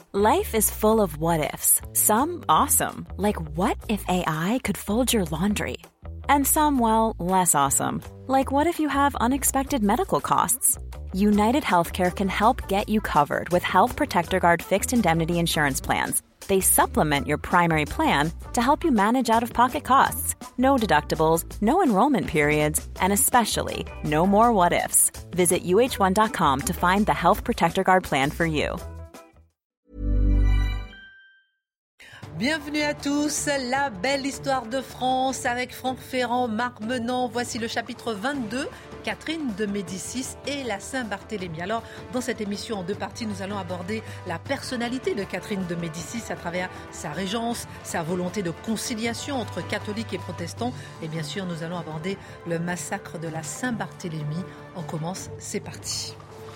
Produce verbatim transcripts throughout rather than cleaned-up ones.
Life is full of what-ifs. Some awesome, like what if A I could fold your laundry? And some, well, less awesome, like what if you have unexpected medical costs? United Healthcare can help get you covered with Health Protector Guard fixed indemnity insurance plans. They supplement your primary plan to help you manage out-of-pocket costs. No deductibles, no enrollment periods, and especially no more what-ifs. Visit U H one dot com to find the Health Protector Guard plan for you. Bienvenue à tous, la belle histoire de France avec Franck Ferrand, Marc Menant. Voici le chapitre vingt-deux, Catherine de Médicis et la Saint-Barthélemy. Alors, dans cette émission en deux parties, nous allons aborder la personnalité de Catherine de Médicis à travers sa régence, sa volonté de conciliation entre catholiques et protestants. Et bien sûr, nous allons aborder le massacre de la Saint-Barthélemy. On commence, c'est parti.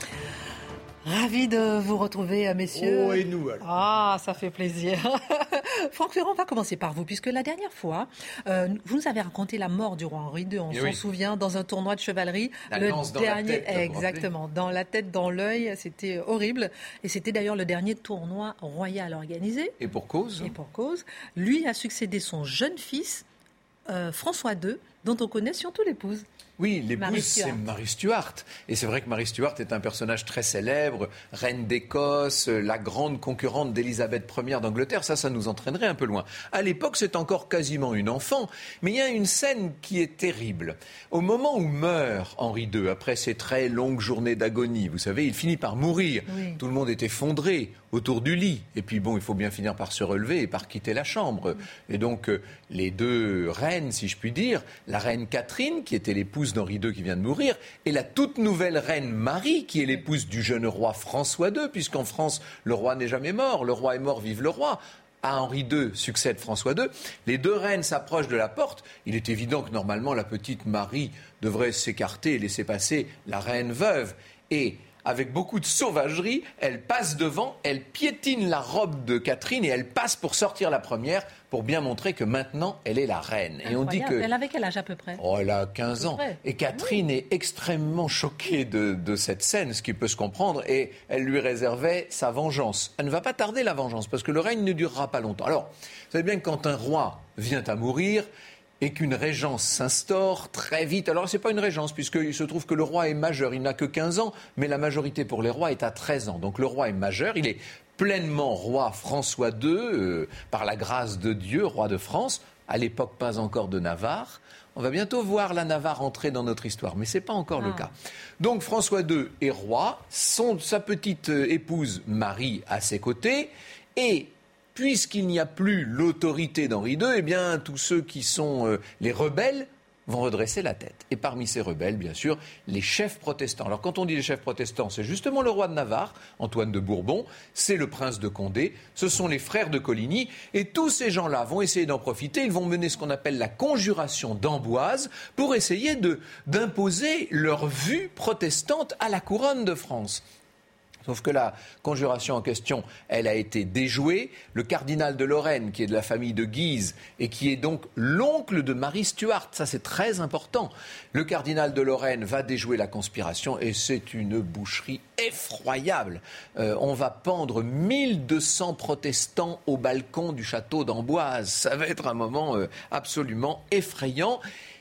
Ravi de vous retrouver, messieurs. Oh, et nous alors. Ah, ça fait plaisir. Franck Ferrand, on va commencer par vous, puisque la dernière fois, euh, vous nous avez raconté la mort du roi Henri deux, on et s'en oui. souvient, dans un tournoi de chevalerie. La le lance dernier, dans la tête, exactement, dans la tête, dans l'œil, c'était horrible. Et c'était d'ailleurs le dernier tournoi royal organisé. Et pour cause. Et pour cause. Lui a succédé son jeune fils, euh, François deux, dont on connaît surtout l'épouse. Oui, l'épouse, c'est Marie Stuart. Et c'est vrai que Marie Stuart est un personnage très célèbre, reine d'Écosse, la grande concurrente d'Élisabeth première d'Angleterre. Ça, ça nous entraînerait un peu loin. À l'époque, c'est encore quasiment une enfant. Mais il y a une scène qui est terrible. Au moment où meurt Henri deux, après ces très longues journées d'agonie, vous savez, il finit par mourir. Oui. Tout le monde est effondré autour du lit. Et puis bon, il faut bien finir par se relever et par quitter la chambre. Et donc, euh, les deux reines, si je puis dire, la reine Catherine, qui était l'épouse d'Henri deux qui vient de mourir, et la toute nouvelle reine Marie, qui est l'épouse du jeune roi François deux, puisqu'en France, le roi n'est jamais mort. Le roi est mort, vive le roi. À Henri deux succède François deux. Les deux reines s'approchent de la porte. Il est évident que normalement, la petite Marie devrait s'écarter et laisser passer la reine veuve. Et avec beaucoup de sauvagerie, elle passe devant, elle piétine la robe de Catherine et elle passe pour sortir la première, pour bien montrer que maintenant, elle est la reine. Incroyable. Et on dit que... Elle avait quel âge à peu près ? Oh, elle a quinze ans. Et Catherine oui. est extrêmement choquée de, de cette scène, ce qui peut se comprendre, et elle lui réservait sa vengeance. Elle ne va pas tarder, la vengeance, parce que le règne ne durera pas longtemps. Alors, vous savez bien que quand un roi vient à mourir, et qu'une régence s'instaure très vite. Alors, ce n'est pas une régence, puisqu'il se trouve que le roi est majeur. Il n'a que quinze ans, mais la majorité pour les rois est à treize ans. Donc, le roi est majeur. Il est pleinement roi François deux, euh, par la grâce de Dieu, roi de France. À l'époque, pas encore de Navarre. On va bientôt voir la Navarre entrer dans notre histoire, mais ce n'est pas encore ah. le cas. Donc, François deux est roi. Son, sa petite épouse Marie à ses côtés. Et... puisqu'il n'y a plus l'autorité d'Henri deux, eh bien, tous ceux qui sont euh, les rebelles vont redresser la tête. Et parmi ces rebelles, bien sûr, les chefs protestants. Alors, quand on dit les chefs protestants, c'est justement le roi de Navarre, Antoine de Bourbon, c'est le prince de Condé, ce sont les frères de Coligny, et tous ces gens-là vont essayer d'en profiter. Ils vont mener ce qu'on appelle la conjuration d'Amboise pour essayer de, d'imposer leur vue protestante à la couronne de France. Sauf que la conjuration en question, elle a été déjouée. Le cardinal de Lorraine, qui est de la famille de Guise et qui est donc l'oncle de Marie Stuart, ça c'est très important. Le cardinal de Lorraine va déjouer la conspiration et c'est une boucherie effroyable. Euh, on va pendre mille deux cents protestants au balcon du château d'Amboise. Ça va être un moment euh, absolument effrayant.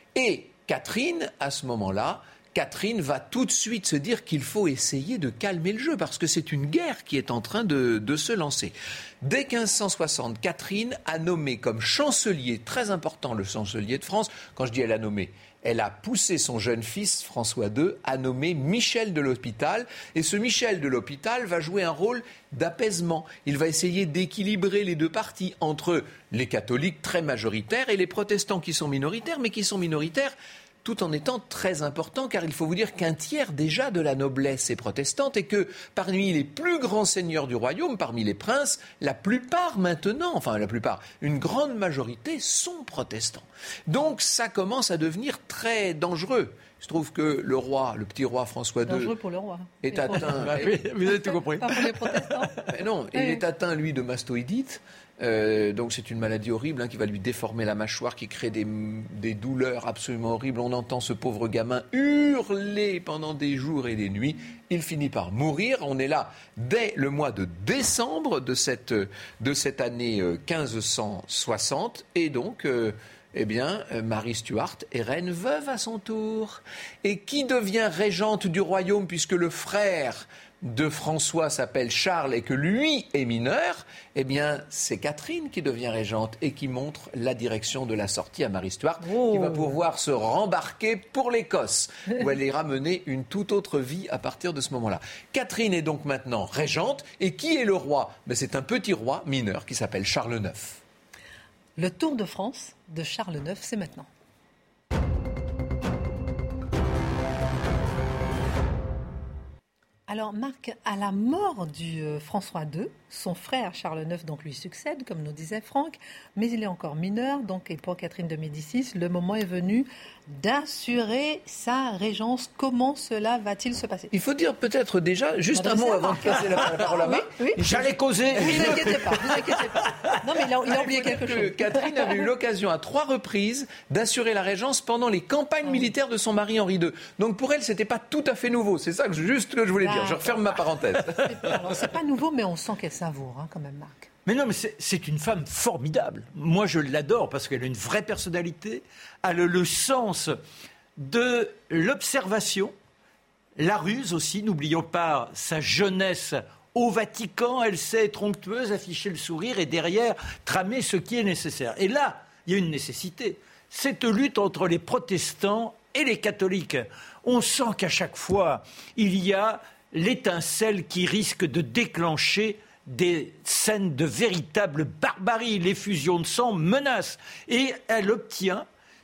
Et Catherine, à ce moment-là, Catherine va tout de suite se dire qu'il faut essayer de calmer le jeu parce que c'est une guerre qui est en train de, de se lancer. Dès quinze cent soixante, Catherine a nommé comme chancelier, très important le chancelier de France, quand je dis elle a nommé, elle a poussé son jeune fils, François deux, à nommer Michel de l'Hôpital. Et ce Michel de l'Hôpital va jouer un rôle d'apaisement. Il va essayer d'équilibrer les deux parties entre les catholiques très majoritaires et les protestants qui sont minoritaires, mais qui sont minoritaires tout en étant très important, car il faut vous dire qu'un tiers déjà de la noblesse est protestante et que parmi les plus grands seigneurs du royaume, parmi les princes, la plupart maintenant, enfin la plupart, une grande majorité sont protestants. Donc ça commence à devenir très dangereux. Il se trouve que le roi, le petit roi François deux, dangereux pour le roi. est atteint. Vous avez tout compris. Pas pour les protestants. Mais non, il est atteint, lui, de mastoïdite. Euh, donc c'est une maladie horrible hein, qui va lui déformer la mâchoire, qui crée des, des douleurs absolument horribles. On entend ce pauvre gamin hurler pendant des jours et des nuits. Il finit par mourir. On est là dès le mois de décembre de cette, de cette année quinze cent soixante. Et donc, euh, eh bien, Marie Stuart est reine veuve à son tour. Et qui devient régente du royaume puisque le frère de François s'appelle Charles et que lui est mineur, eh bien, c'est Catherine qui devient régente et qui montre la direction de la sortie à Marie Stuart, oh. qui va pouvoir se rembarquer pour l'Écosse, où elle ira mener une toute autre vie à partir de ce moment-là. Catherine est donc maintenant régente, et qui est le roi ? Ben, c'est un petit roi mineur qui s'appelle Charles neuf. Le Tour de France de Charles neuf, c'est maintenant. Alors Marc, à la mort du euh, François deux, son frère Charles neuf donc lui succède, comme nous disait Franck, mais il est encore mineur, donc et pour Catherine de Médicis, le moment est venu d'assurer sa régence. Comment cela va-t-il se passer ? Il faut dire peut-être déjà, juste un mot avant de passer la parole à Marc. Oui, oui. J'allais causer. Ne vous inquiétez pas, vous inquiétez pas. Non mais il a, il a oublié quelque chose. Catherine avait eu l'occasion à trois reprises d'assurer la régence pendant les campagnes ah. militaires de son mari Henri deux. Donc pour elle, c'était pas tout à fait nouveau. C'est ça que juste que je voulais ah. dire. Je referme ma parenthèse. C'est, alors, c'est pas nouveau, mais on sent qu'elle savoure, hein, quand même, Marc. Mais non, mais c'est, c'est une femme formidable. Moi, je l'adore parce qu'elle a une vraie personnalité. Elle a le sens de l'observation, la ruse aussi. N'oublions pas sa jeunesse au Vatican. Elle sait être onctueuse, afficher le sourire et derrière tramer ce qui est nécessaire. Et là, il y a une nécessité. Cette lutte entre les protestants et les catholiques. On sent qu'à chaque fois, il y a l'étincelle qui risque de déclencher des scènes de véritable barbarie. L'effusion de sang menace. Et elle obtient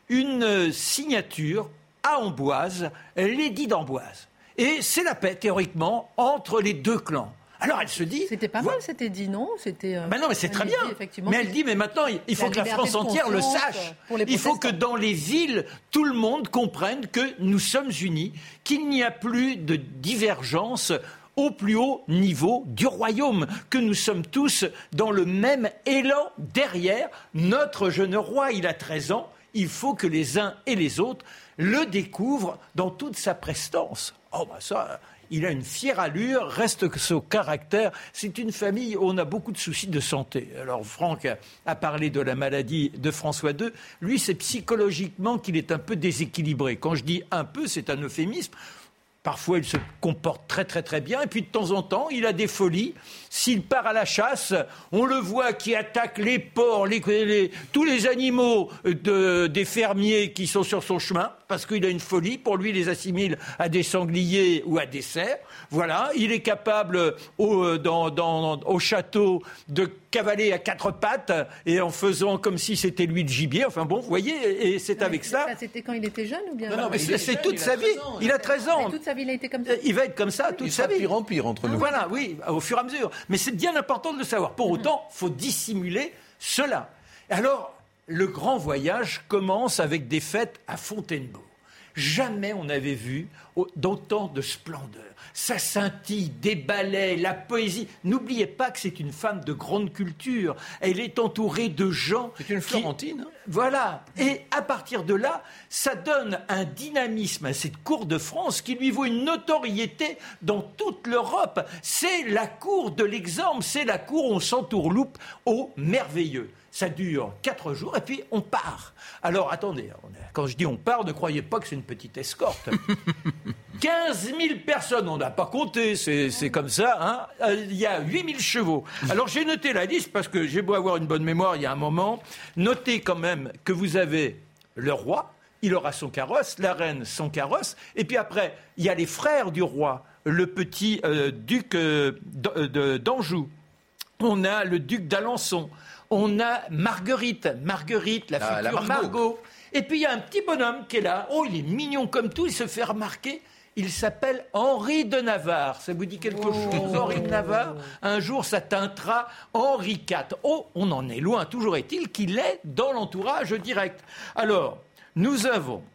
une signature à Amboise, l'édit d'Amboise. Et c'est la paix, théoriquement, entre les deux clans. Alors elle se dit... C'était pas mal, c'était dit, non C'était, euh, ben non, mais c'est très bien. Dit, mais elle dit, mais maintenant, il faut que la France entière le sache. Il faut que dans les villes, tout le monde comprenne que nous sommes unis, qu'il n'y a plus de divergence au plus haut niveau du royaume, que nous sommes tous dans le même élan derrière notre jeune roi. Il a treize ans, il faut que les uns et les autres le découvrent dans toute sa prestance. Oh, bah ça... Il a une fière allure, reste que son caractère. C'est une famille où on a beaucoup de soucis de santé. Alors Franck a parlé de la maladie de François deux. Lui, c'est psychologiquement qu'il est un peu déséquilibré. Quand je dis un peu, c'est un euphémisme. Parfois, il se comporte très très très bien. Et puis de temps en temps, il a des folies. S'il part à la chasse, on le voit qui attaque les porcs, les, les, tous les animaux de, des fermiers qui sont sur son chemin, parce qu'il a une folie. Pour lui, il les assimile à des sangliers ou à des cerfs. Voilà, il est capable au, dans, dans, au château de cavaler à quatre pattes et en faisant comme si c'était lui le gibier. Enfin bon, vous voyez, et c'est avec ça... ça... C'était quand il était jeune ou bien... Non, non, mais c'est, c'est jeune, toute sa vie. Il a treize ans. Mais toute sa vie, il a été comme ça. Il va être comme ça toute il sa vie. Il sera pire en pire entre nous. Voilà, oui, au fur et à mesure. Mais c'est bien important de le savoir. Pour autant, il faut dissimuler cela. Alors, le grand voyage commence avec des fêtes à Fontainebleau. Jamais on n'avait vu d'autant de splendeur. Ça scintille, des ballets, la poésie. N'oubliez pas que c'est une femme de grande culture. Elle est entourée de gens... C'est une Florentine. Qui... Voilà. Et à partir de là, ça donne un dynamisme à cette cour de France qui lui vaut une notoriété dans toute l'Europe. C'est la cour de l'exemple. C'est la cour où on s'entourloupe au merveilleux. Ça dure quatre jours et puis on part. Alors attendez, quand je dis on part, ne croyez pas que c'est une petite escorte. quinze mille personnes, on n'a pas compté, c'est, c'est comme ça. Hein. Il y a huit mille chevaux. Alors j'ai noté la liste parce que j'ai beau avoir une bonne mémoire, il y a un moment. Notez quand même que vous avez le roi, il aura son carrosse, la reine son carrosse. Et puis après, il y a les frères du roi, le petit euh, duc euh, d'Anjou. On a le duc d'Alençon. On a Marguerite, Marguerite, la ah, future la Margot. Margot. Et puis il y a un petit bonhomme qui est là. Oh, il est mignon comme tout, il se fait remarquer. Il s'appelle Henri de Navarre. Ça vous dit quelque oh. chose, Henri de Navarre ? Un jour, ça teintera Henri quatre. Oh, on en est loin. Toujours est-il qu'il est dans l'entourage direct. Alors, nous avons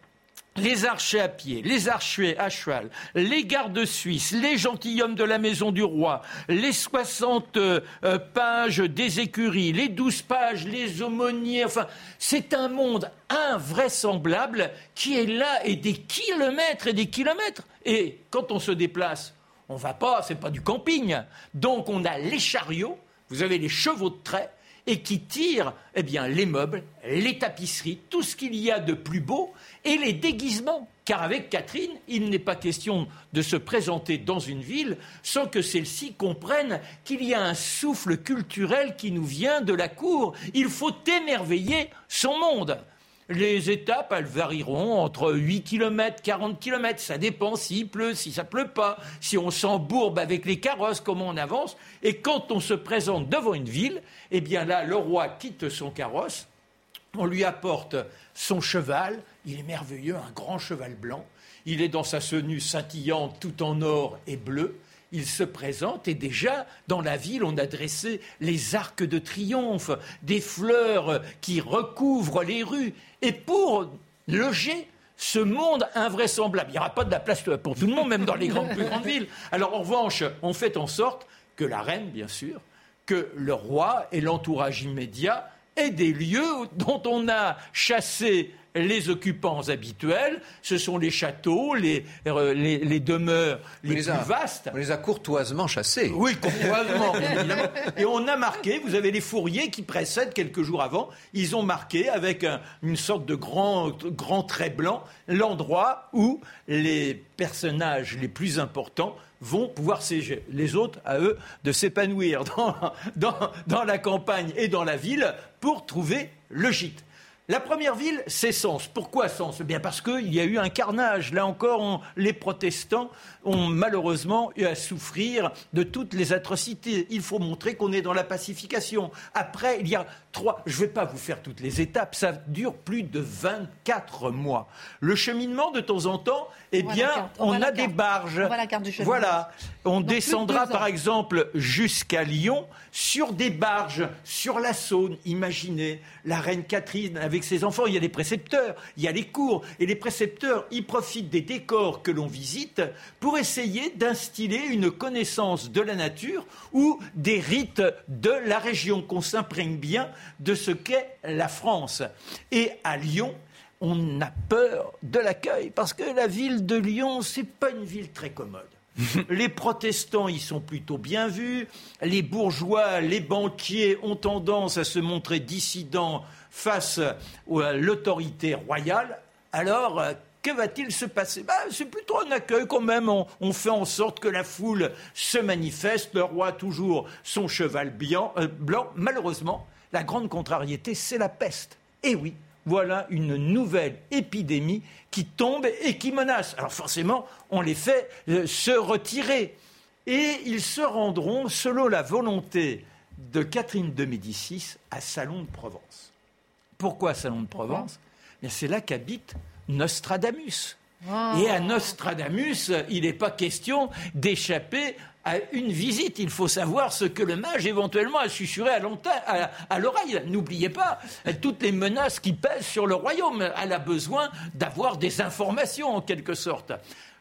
les archers à pied, les archers à cheval, les gardes suisses, les gentilshommes de la maison du roi, les soixante euh, pages des écuries, les douze pages, les aumôniers, enfin, c'est un monde invraisemblable qui est là, et des kilomètres et des kilomètres. Et quand on se déplace, on ne va pas, c'est pas du camping. Donc on a les chariots, vous avez les chevaux de trait, et qui tirent eh bien, les meubles, les tapisseries, tout ce qu'il y a de plus beau, et les déguisements. Car avec Catherine, il n'est pas question de se présenter dans une ville sans que celle-ci comprenne qu'il y a un souffle culturel qui nous vient de la cour. Il faut émerveiller son monde. Les étapes, elles varieront entre huit kilomètres, quarante kilomètres. Ça dépend s'il pleut, si ça pleut pas, si on s'embourbe avec les carrosses, comment on avance. Et quand on se présente devant une ville, eh bien là, le roi quitte son carrosse, on lui apporte son cheval. Il est merveilleux, un grand cheval blanc. Il est dans sa tenue scintillante, tout en or et bleu. Il se présente et déjà, dans la ville, on a dressé les arcs de triomphe, des fleurs qui recouvrent les rues. Et pour loger ce monde invraisemblable, il n'y aura pas de la place pour tout le monde, même dans les grandes, plus grandes villes. Alors, en revanche, on fait en sorte que la reine, bien sûr, que le roi et l'entourage immédiat aient des lieux dont on a chassé les occupants habituels, ce sont les châteaux, les, euh, les, les demeures les, les plus a, vastes. On les a courtoisement chassés. Oui, courtoisement, évidemment. Et on a marqué, vous avez les fourriers qui précèdent quelques jours avant, ils ont marqué avec un, une sorte de grand, grand trait blanc l'endroit où les personnages les plus importants vont pouvoir siéger. Les autres, à eux, de s'épanouir dans, dans, dans la campagne et dans la ville pour trouver le gîte. La première ville, c'est Sens. Pourquoi Sens ? Eh bien parce qu'il y a eu un carnage. Là encore, on, les protestants ont malheureusement eu à souffrir de toutes les atrocités. Il faut montrer qu'on est dans la pacification. Après, il y a trois... Je ne vais pas vous faire toutes les étapes. Ça dure plus de vingt-quatre mois. Le cheminement, de temps en temps, eh on bien, on, on a carte. des barges. On voit la carte du cheminement. Voilà. On Donc, descendra, par exemple, jusqu'à Lyon sur des barges, sur la Saône. Imaginez la reine Catherine avec ses enfants. Il y a des précepteurs, il y a les cours. Et les précepteurs, ils profitent des décors que l'on visite pour essayer d'instiller une connaissance de la nature ou des rites de la région, qu'on s'imprègne bien de ce qu'est la France. Et à Lyon, on a peur de l'accueil, parce que la ville de Lyon, c'est pas une ville très commode. Les protestants y sont plutôt bien vus, les bourgeois, les banquiers ont tendance à se montrer dissidents face à l'autorité royale. Alors, que va-t-il se passer ? Ben, c'est plutôt un accueil quand même, on, on fait en sorte que la foule se manifeste, le roi a toujours son cheval blanc, euh, blanc. Malheureusement, la grande contrariété, c'est la peste. Et oui, voilà une nouvelle épidémie qui tombe et qui menace. Alors forcément, on les fait euh, se retirer. Et ils se rendront, selon la volonté de Catherine de Médicis, à Salon de Provence. Pourquoi Salon de Provence ? Bien, c'est là qu'habite Nostradamus. Oh. Et à Nostradamus, il n'est pas question d'échapper à une visite. Il faut savoir ce que le mage éventuellement a susurré à, à, à l'oreille. N'oubliez pas toutes les menaces qui pèsent sur le royaume. Elle a besoin d'avoir des informations en quelque sorte.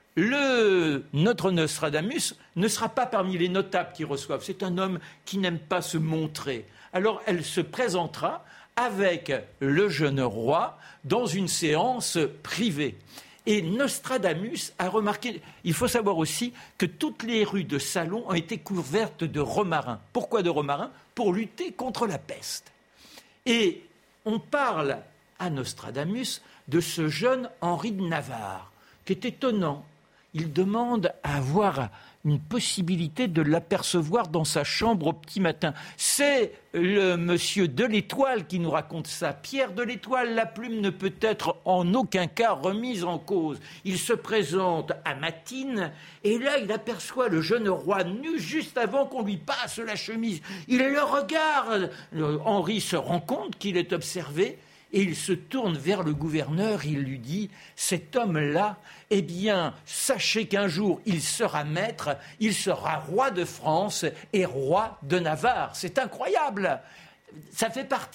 Le, notre Nostradamus ne sera pas parmi les notables qui reçoivent. C'est un homme qui n'aime pas se montrer. Alors elle se présentera avec le jeune roi dans une séance privée. Et Nostradamus a remarqué, il faut savoir aussi que toutes les rues de Salon ont été couvertes de romarins. Pourquoi de romarins ? Pour lutter contre la peste. Et on parle à Nostradamus de ce jeune Henri de Navarre, qui est étonnant. Il demande à avoir une possibilité de l'apercevoir dans sa chambre au petit matin. C'est le monsieur de l'Étoile qui nous raconte ça. Pierre de l'Étoile, la plume ne peut être en aucun cas remise en cause. Il se présente à Matines et là, il aperçoit le jeune roi nu juste avant qu'on lui passe la chemise. Il le regarde. Henri se rend compte qu'il est observé. Et il se tourne vers le gouverneur, il lui dit « Cet homme-là, eh bien, sachez qu'un jour, il sera maître, il sera roi de France et roi de Navarre. » C'est incroyable. Ça fait partie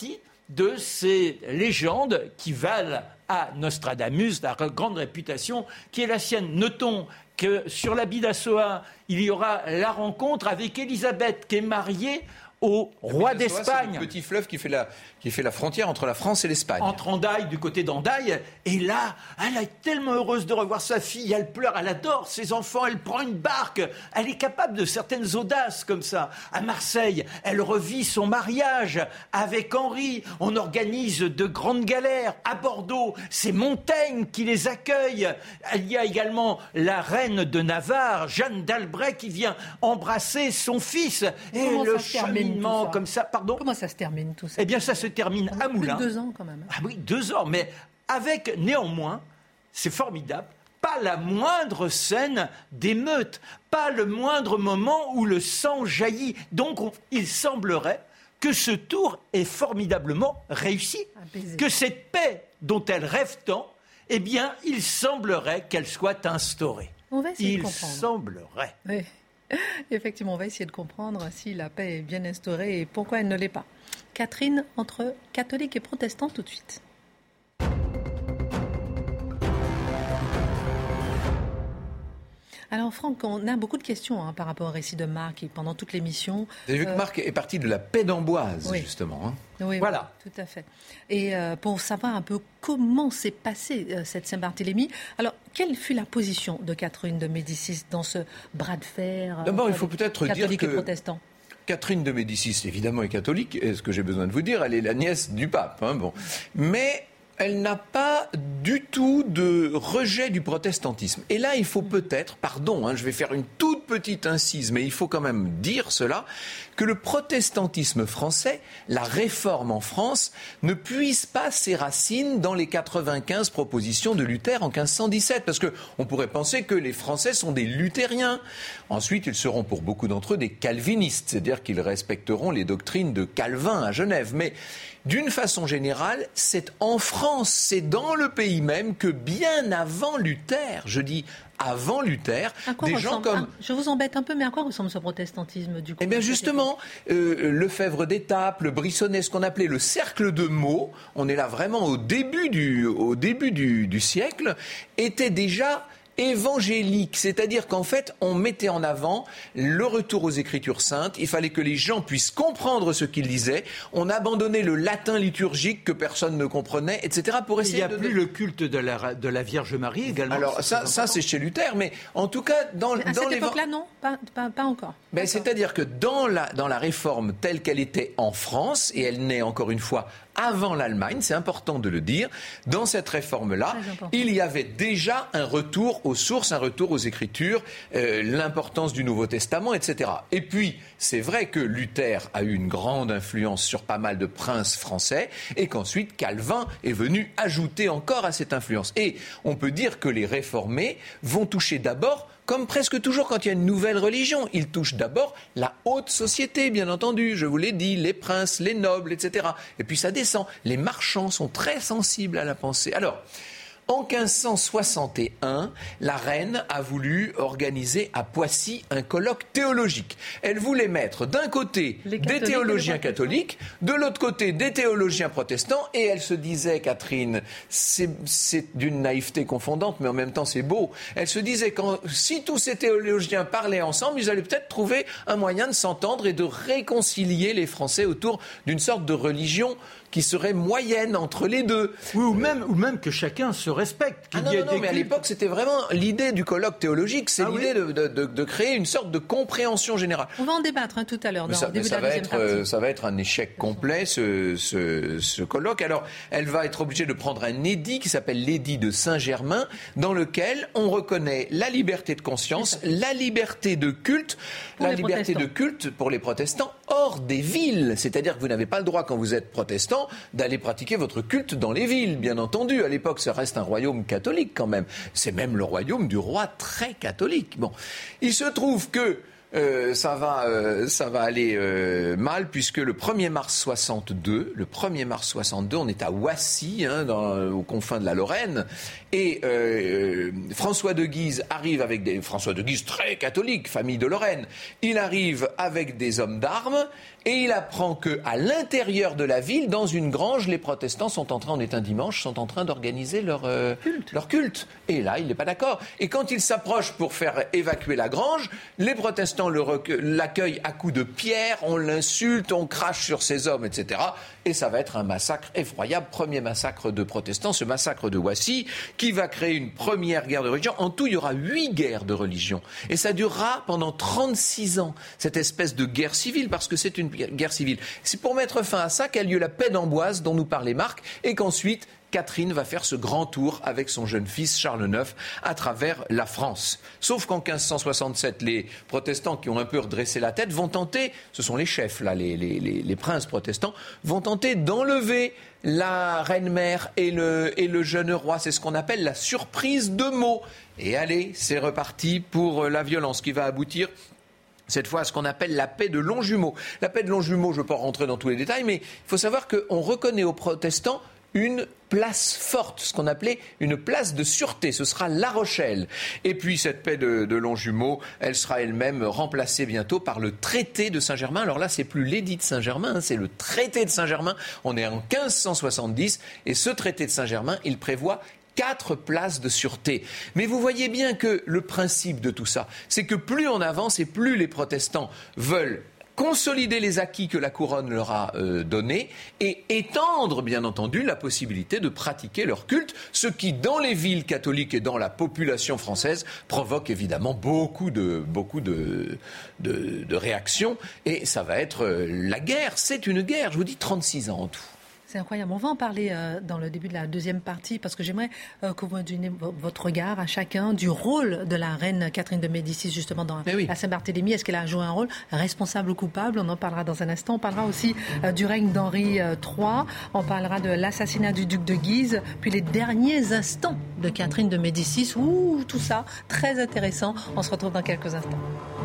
de ces légendes qui valent à Nostradamus la grande réputation qui est la sienne. Notons que sur l'habit d'Assoa, il y aura la rencontre avec Élisabeth qui est mariée au roi d'Espagne. C'est le petit fleuve qui fait, la, qui fait la frontière entre la France et l'Espagne. Entre Hendaye, du côté d'Hendaye. Et là, elle est tellement heureuse de revoir sa fille. Elle pleure, elle adore ses enfants. Elle prend une barque. Elle est capable de certaines audaces comme ça. À Marseille, elle revit son mariage avec Henri. On organise de grandes galères. À Bordeaux, c'est Montaigne qui les accueille. Il y a également la reine de Navarre, Jeanne d'Albret, qui vient embrasser son fils. Et Comment le ça cheminement comme ça. Pardon ? Comment ça se termine tout ça ? Eh bien, ça se termine à Moulins. Plus de deux ans quand même. Ah oui, deux ans, mais avec néanmoins, c'est formidable, pas la moindre scène d'émeute, pas le moindre moment où le sang jaillit. Donc, on, il semblerait que ce tour est formidablement réussi, Apaisé. Que cette paix dont elle rêve tant, eh bien, il semblerait qu'elle soit instaurée. On va essayer il de comprendre. semblerait. Oui. Effectivement, on va essayer de comprendre si la paix est bien instaurée et pourquoi elle ne l'est pas. Catherine, entre catholiques et protestants, tout de suite. Alors Franck, on a beaucoup de questions hein, par rapport au récit de Marc et pendant toute l'émission. Vous avez vu euh... que Marc est parti de la paix d'Amboise, oui. justement. Hein. Oui, voilà. Oui, tout à fait. Et euh, pour savoir un peu comment s'est passée euh, cette Saint-Barthélemy, alors quelle fut la position de Catherine de Médicis dans ce bras de fer euh, D'abord, il faut peut-être dire que et protestants. Catherine de Médicis, évidemment, est catholique. Et ce que j'ai besoin de vous dire, elle est la nièce du pape. Hein, bon. Mais elle n'a pas du tout de rejet du protestantisme. Et là, il faut peut-être, pardon, hein, je vais faire une toute petite incise, mais il faut quand même dire cela, que le protestantisme français, la réforme en France, ne puise pas ses racines dans les quatre-vingt-quinze propositions de Luther en quinze cent dix-sept. Parce qu'on pourrait penser que les Français sont des luthériens. Ensuite, ils seront pour beaucoup d'entre eux des calvinistes, c'est-à-dire qu'ils respecteront les doctrines de Calvin à Genève. Mais d'une façon générale, c'est en France, c'est dans le pays même que bien avant Luther, je dis avant Luther, des gens comme... Ah, je vous embête un peu, mais à quoi ressemble ce protestantisme du coup ? Eh bien justement, euh, Lefebvre d'Étaples, le Brissonnet, ce qu'on appelait le cercle de Meaux, on est là vraiment au début du, au début du, du siècle, était déjà évangélique, c'est-à-dire qu'en fait, on mettait en avant le retour aux Écritures saintes. Il fallait que les gens puissent comprendre ce qu'ils disaient. On abandonnait le latin liturgique que personne ne comprenait, et cetera. Pour essayer. Il n'y a de... plus le culte de la, de la Vierge Marie également. Alors ça, ça c'est chez Luther, mais en tout cas dans, mais à dans cette les... époque-là, non, pas, pas, pas encore. Ben, c'est-à-dire que dans la dans la réforme telle qu'elle était en France, et elle naît encore une fois avant l'Allemagne, c'est important de le dire, dans cette réforme-là, il y avait déjà un retour aux sources, un retour aux Écritures, euh, l'importance du Nouveau Testament, et cetera. Et puis, c'est vrai que Luther a eu une grande influence sur pas mal de princes français, et qu'ensuite Calvin est venu ajouter encore à cette influence. Et on peut dire que les réformés vont toucher d'abord, comme presque toujours quand il y a une nouvelle religion, ils touchent d'abord la haute société, bien entendu, je vous l'ai dit, les princes, les nobles, et cetera. Et puis ça descend. Les marchands sont très sensibles à la pensée. Alors, en quinze cent soixante et un, la reine a voulu organiser à Poissy un colloque théologique. Elle voulait mettre d'un côté des théologiens catholiques, de l'autre côté des théologiens protestants, et elle se disait, Catherine, c'est, c'est d'une naïveté confondante, mais en même temps c'est beau, elle se disait que si tous ces théologiens parlaient ensemble, ils allaient peut-être trouver un moyen de s'entendre et de réconcilier les Français autour d'une sorte de religion qui serait moyenne entre les deux. Oui, ou même, ou même que chacun se respecte. Ah non, non, non, mais à l'époque, c'était vraiment l'idée du colloque théologique, c'est ah l'idée oui de, de, de créer une sorte de compréhension générale. On va en débattre hein, tout à l'heure, dans ça, le début ça de la va deuxième être, partie. Ça va être un échec complet, ce, ce, ce colloque. Alors, elle va être obligée de prendre un édit qui s'appelle l'édit de Saint-Germain, dans lequel on reconnaît la liberté de conscience, la liberté de culte, pour la liberté de culte pour les protestants hors des villes. C'est-à-dire que vous n'avez pas le droit, quand vous êtes protestant, d'aller pratiquer votre culte dans les villes, bien entendu. À l'époque, ça reste un royaume catholique quand même. C'est même le royaume du roi très catholique. Bon, il se trouve que Euh, ça va, euh, ça va aller euh, mal puisque le premier mars soixante-deux, le premier mars soixante-deux, on est à Oissy, hein, dans, aux confins de la Lorraine, et euh, François de Guise arrive avec des François de Guise très catholique, famille de Lorraine. Il arrive avec des hommes d'armes Et il apprend qu'à l'intérieur de la ville, dans une grange, les protestants sont en train, on est un dimanche, sont en train d'organiser leur, euh, culte. leur culte. Et là, il n'est pas d'accord. Et quand il s'approche pour faire évacuer la grange, les protestants le recu- l'accueillent à coups de pierre, on l'insulte, on crache sur ses hommes, et cetera. Et ça va être un massacre effroyable, premier massacre de protestants, ce massacre de Wassy, qui va créer une première guerre de religion. En tout, il y aura huit guerres de religion. Et ça durera pendant trente-six ans, cette espèce de guerre civile, parce que c'est une guerre civile. C'est pour mettre fin à ça qu'a lieu la paix d'Amboise, dont nous parlait Marc, et qu'ensuite, Catherine va faire ce grand tour avec son jeune fils Charles neuf à travers la France. Sauf qu'en quinze cent soixante-sept, les protestants qui ont un peu redressé la tête vont tenter, ce sont les chefs là, les, les, les, les princes protestants, vont tenter d'enlever la reine-mère et le, et le jeune roi. C'est ce qu'on appelle la surprise de Meaux. Et allez, c'est reparti pour la violence qui va aboutir cette fois à ce qu'on appelle la paix de Longjumeau. La paix de Longjumeau, je ne vais pas rentrer dans tous les détails, mais il faut savoir qu'on reconnaît aux protestants une place forte, ce qu'on appelait une place de sûreté. Ce sera La Rochelle. Et puis cette paix de, de Longjumeau, elle sera elle-même remplacée bientôt par le traité de Saint-Germain. Alors là, c'est plus l'édit de Saint-Germain, hein, c'est le traité de Saint-Germain. On est en quinze cent soixante-dix et ce traité de Saint-Germain, il prévoit quatre places de sûreté. Mais vous voyez bien que le principe de tout ça, c'est que plus on avance et plus les protestants veulent consolider les acquis que la couronne leur a euh, donnés et étendre, bien entendu, la possibilité de pratiquer leur culte, ce qui, dans les villes catholiques et dans la population française, provoque évidemment beaucoup de, beaucoup de, de, de réactions. Et ça va être euh, la guerre. C'est une guerre, je vous dis, trente-six ans en tout. C'est incroyable. On va en parler euh, dans le début de la deuxième partie parce que j'aimerais euh, que vous donniez votre regard à chacun du rôle de la reine Catherine de Médicis justement dans oui. la Saint-Barthélemy. Est-ce qu'elle a joué un rôle responsable ou coupable? On en parlera dans un instant. On parlera aussi euh, du règne d'Henri trois. On parlera de l'assassinat du duc de Guise, puis les derniers instants de Catherine de Médicis. Ouh, tout ça, très intéressant. On se retrouve dans quelques instants.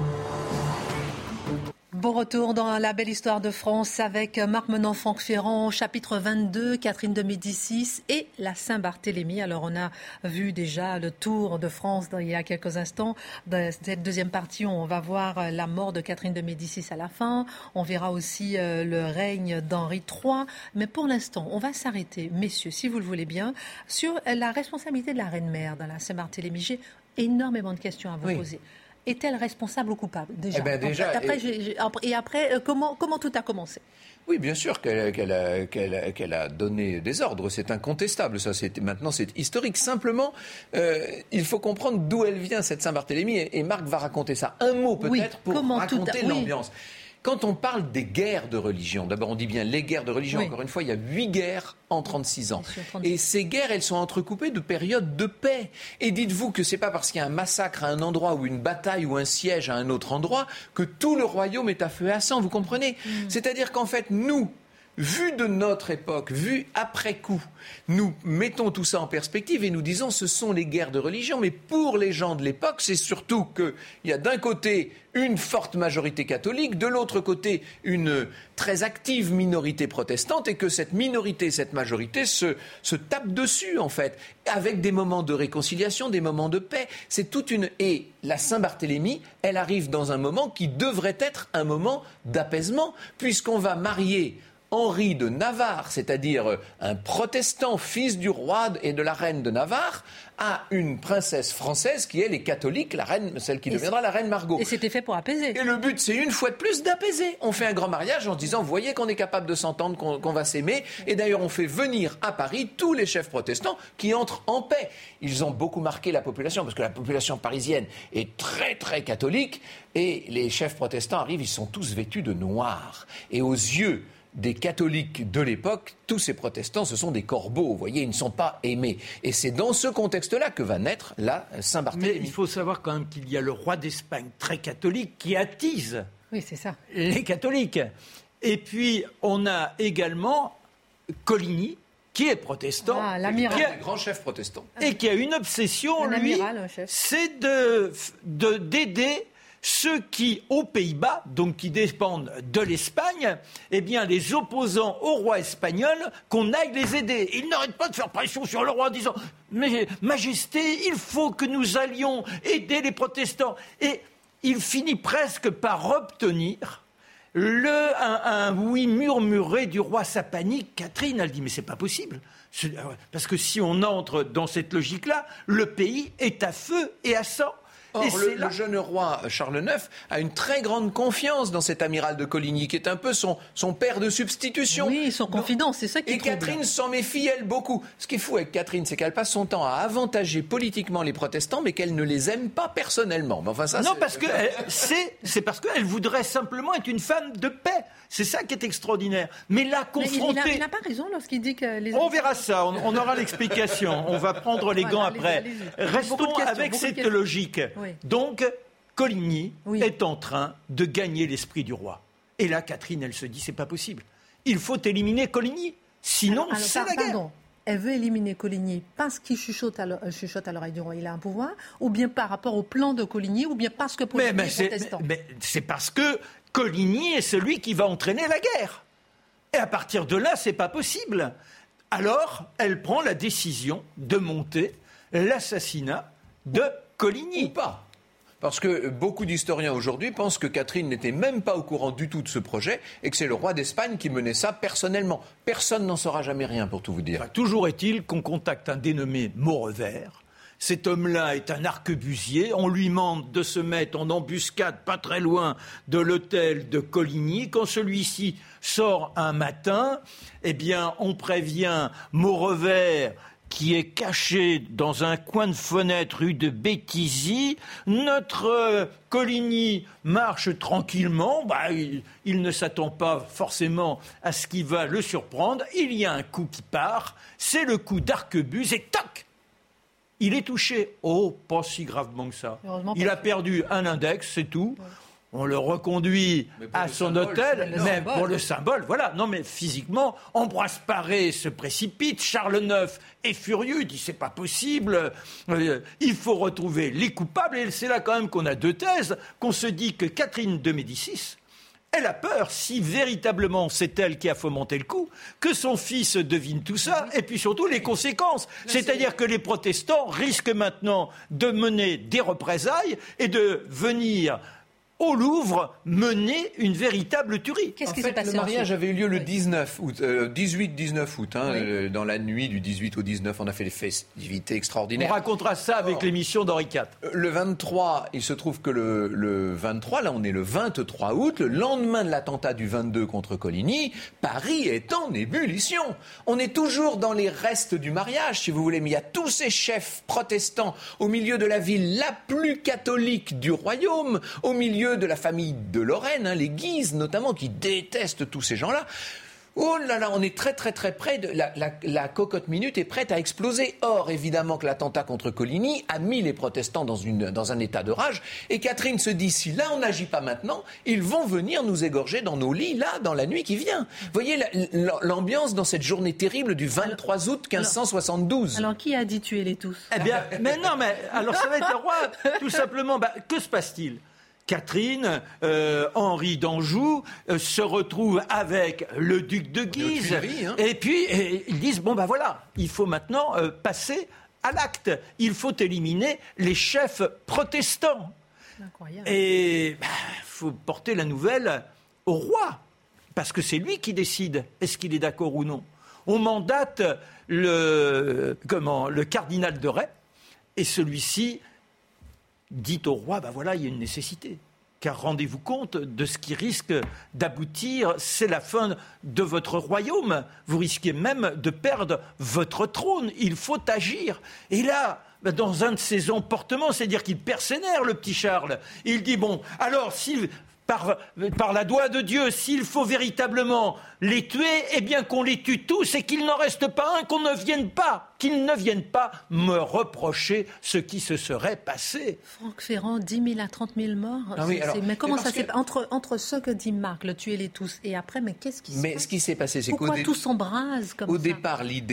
Bon retour dans la belle histoire de France avec Marc Menant, Franck Ferrand, chapitre vingt-deux, Catherine de Médicis et la Saint-Barthélemy. Alors on a vu déjà le tour de France il y a quelques instants. Dans cette deuxième partie, on va voir la mort de Catherine de Médicis à la fin. On verra aussi le règne d'Henri trois. Mais pour l'instant, on va s'arrêter, messieurs, si vous le voulez bien, sur la responsabilité de la reine-mère dans la Saint-Barthélemy. J'ai énormément de questions à vous oui. poser. Est-elle responsable ou coupable déjà, eh ben déjà après, et... J'ai, j'ai, et après, euh, comment, comment tout a commencé? Oui, bien sûr qu'elle, qu'elle, a, qu'elle, qu'elle a donné des ordres. C'est incontestable. Ça, c'est, maintenant, c'est historique. Simplement, euh, il faut comprendre d'où elle vient, cette Saint-Barthélemy. Et, et Marc va raconter ça. Un mot peut-être oui, pour raconter a... l'ambiance. Oui. Quand on parle des guerres de religion, d'abord on dit bien les guerres de religion, oui. encore une fois, il y a huit guerres en trente-six ans. Et ces guerres, elles sont entrecoupées de périodes de paix. Et dites-vous que c'est pas parce qu'il y a un massacre à un endroit ou une bataille ou un siège à un autre endroit que tout le royaume est à feu et à sang, vous comprenez ? mm. C'est-à-dire qu'en fait, nous, vu de notre époque, vu après coup, nous mettons tout ça en perspective et nous disons ce sont les guerres de religion. Mais pour les gens de l'époque, c'est surtout qu'il y a d'un côté une forte majorité catholique, de l'autre côté une très active minorité protestante et que cette minorité, cette majorité se, se tape dessus en fait, avec des moments de réconciliation, des moments de paix. C'est toute une... Et la Saint-Barthélemy, elle arrive dans un moment qui devrait être un moment d'apaisement, puisqu'on va marier Henri de Navarre, c'est-à-dire un protestant, fils du roi et de la reine de Navarre, à une princesse française qui, elle, est catholique, la reine, celle qui et deviendra la reine Margot. Et c'était fait pour apaiser. Et le but, c'est une fois de plus d'apaiser. On fait un grand mariage en se disant, vous voyez qu'on est capable de s'entendre, qu'on, qu'on va s'aimer. Et d'ailleurs, on fait venir à Paris tous les chefs protestants qui entrent en paix. Ils ont beaucoup marqué la population, parce que la population parisienne est très, très catholique. Et les chefs protestants arrivent, ils sont tous vêtus de noir. Et aux yeux des catholiques de l'époque, tous ces protestants, ce sont des corbeaux, vous voyez, ils ne sont pas aimés. Et c'est dans ce contexte-là que va naître la Saint-Barthélemy. Mais il faut savoir quand même qu'il y a le roi d'Espagne, très catholique, qui attise oui, c'est ça. les catholiques. Et puis, on a également Coligny, qui est protestant, ah, l'amiral. Qui est un grand chef protestant. Et qui a une obsession, un lui, amiral, c'est de, de, d'aider ceux qui, aux Pays-Bas, donc qui dépendent de l'Espagne, eh bien, les opposants au roi espagnol, qu'on aille les aider. Il n'arrête pas de faire pression sur le roi en disant « Mais, Majesté, il faut que nous allions aider les protestants. » Et il finit presque par obtenir Le, un, un oui murmuré du roi, ça panique. Catherine, elle dit, mais c'est pas possible. Parce que si on entre dans cette logique-là, le pays est à feu et à sang. Or, le, là... le jeune roi Charles neuf a une très grande confiance dans cet amiral de Coligny, qui est un peu son, son père de substitution. Oui, son confident, c'est ça qui est Et Catherine s'en méfie, elle, beaucoup. Ce qui est fou avec Catherine, c'est qu'elle passe son temps à avantager politiquement les protestants, mais qu'elle ne les aime pas personnellement. Mais enfin, ça, non, c'est... parce que c'est, c'est parce qu'elle voudrait simplement être une femme de paix. C'est ça qui est extraordinaire. Mais la confronter... Mais il n'a pas raison lorsqu'il dit que les... On verra ça, on, on aura l'explication. On va prendre les gants voilà, après. Allez-y, allez-y. Restons avec cette logique. Oui. Donc, Coligny oui. est en train de gagner l'esprit du roi. Et là, Catherine, elle se dit, c'est pas possible. Il faut éliminer Coligny. Sinon, alors, alors, c'est la guerre. Pardon. Elle veut éliminer Coligny parce qu'il chuchote à, chuchote à l'oreille du roi, il a un pouvoir, ou bien par rapport au plan de Coligny, ou bien parce que Coligny mais, mais est protestant. Mais, mais c'est parce que Coligny est celui qui va entraîner la guerre. Et à partir de là, c'est pas possible. Alors, elle prend la décision de monter l'assassinat de Coligny. Ou pas. Parce que beaucoup d'historiens aujourd'hui pensent que Catherine n'était même pas au courant du tout de ce projet et que c'est le roi d'Espagne qui menait ça personnellement. Personne n'en saura jamais rien, pour tout vous dire. Enfin, toujours est-il qu'on contacte un dénommé Maurevert. Cet homme-là est un arquebusier. On lui demande de se mettre en embuscade pas très loin de l'hôtel de Coligny. Quand celui-ci sort un matin, eh bien, on prévient Maurevert qui est caché dans un coin de fenêtre rue de Béthisy. Notre euh, Coligny marche tranquillement. Bah, il, il ne s'attend pas forcément à ce qui va le surprendre. Il y a un coup qui part. C'est le coup d'arquebuse et toc, il est touché. Oh, pas si gravement que ça. Il a perdu un index, c'est tout. Ouais. On le reconduit à son symbole, hôtel, mais pour le symbole, voilà. Non, mais physiquement, Ambroise Paré se précipite, Charles neuf est furieux, il dit c'est pas possible, euh, il faut retrouver les coupables, et c'est là quand même qu'on a deux thèses, qu'on se dit que Catherine de Médicis, elle a peur, si véritablement c'est elle qui a fomenté le coup, que son fils devine tout ça, et puis surtout les conséquences. C'est-à-dire que les protestants risquent maintenant de mener des représailles et de venir au Louvre mener une véritable tuerie. Qu'est-ce en qui fait, s'est passé le mariage ensuite avait eu lieu le dix-neuf août, euh, dix-huit dix-neuf août, hein, oui. euh, dans la nuit du dix-huit au dix-neuf, on a fait des festivités extraordinaires. On racontera ça avec oh. l'émission d'Henri quatre. Euh, le vingt-trois, il se trouve que le, le vingt-trois, là on est le vingt-trois août, le lendemain de l'attentat du vingt-deux contre Coligny, Paris est en ébullition. On est toujours dans les restes du mariage, si vous voulez, mais il y a tous ces chefs protestants au milieu de la ville la plus catholique du royaume, au milieu de la famille de Lorraine, hein, les Guise notamment, qui détestent tous ces gens-là. Oh là là, on est très très très près de... La, la, la cocotte minute est prête à exploser. Or, évidemment que l'attentat contre Coligny a mis les protestants dans, une, dans un état de rage. Et Catherine se dit, si là on n'agit pas maintenant, ils vont venir nous égorger dans nos lits, là, dans la nuit qui vient. Vous voyez la, l'ambiance dans cette journée terrible du vingt-trois août quinze cent soixante-douze. Alors, alors qui a dit tuer les tous ? Eh bien, mais non, mais alors ça va être le roi, tout simplement. Bah, que se passe-t-il ? Catherine, euh, Henri d'Anjou euh, se retrouve avec le duc de Guise. Hein. Et puis, et, ils disent, bon ben voilà, il faut maintenant euh, passer à l'acte. Il faut éliminer les chefs protestants. Incroyable. Et il bah, faut porter la nouvelle au roi, parce que c'est lui qui décide, est-ce qu'il est d'accord ou non. On mandate le, comment, le cardinal de Rais, et celui-ci dit au roi, ben voilà, il y a une nécessité. Car rendez-vous compte de ce qui risque d'aboutir, c'est la fin de votre royaume. Vous risquez même de perdre votre trône. Il faut agir. Et là, dans un de ses emportements, c'est-à-dire qu'il perd ses nerfs, le petit Charles. Il dit, bon, alors, s'il... Par, par la doigt de Dieu, s'il faut véritablement les tuer, eh bien qu'on les tue tous et qu'il n'en reste pas un, qu'on ne vienne pas, qu'ils ne viennent pas me reprocher ce qui se serait passé. Franck Ferrand, dix mille à trente mille morts. Ah oui, alors, mais comment mais ça s'est passé entre, entre ce que dit Marc, le tuer les tous, et après, mais qu'est-ce qui se mais passe ce qui s'est passé, c'est Pourquoi qu'au dé... tout s'embrase comme au ça départ, l'idée,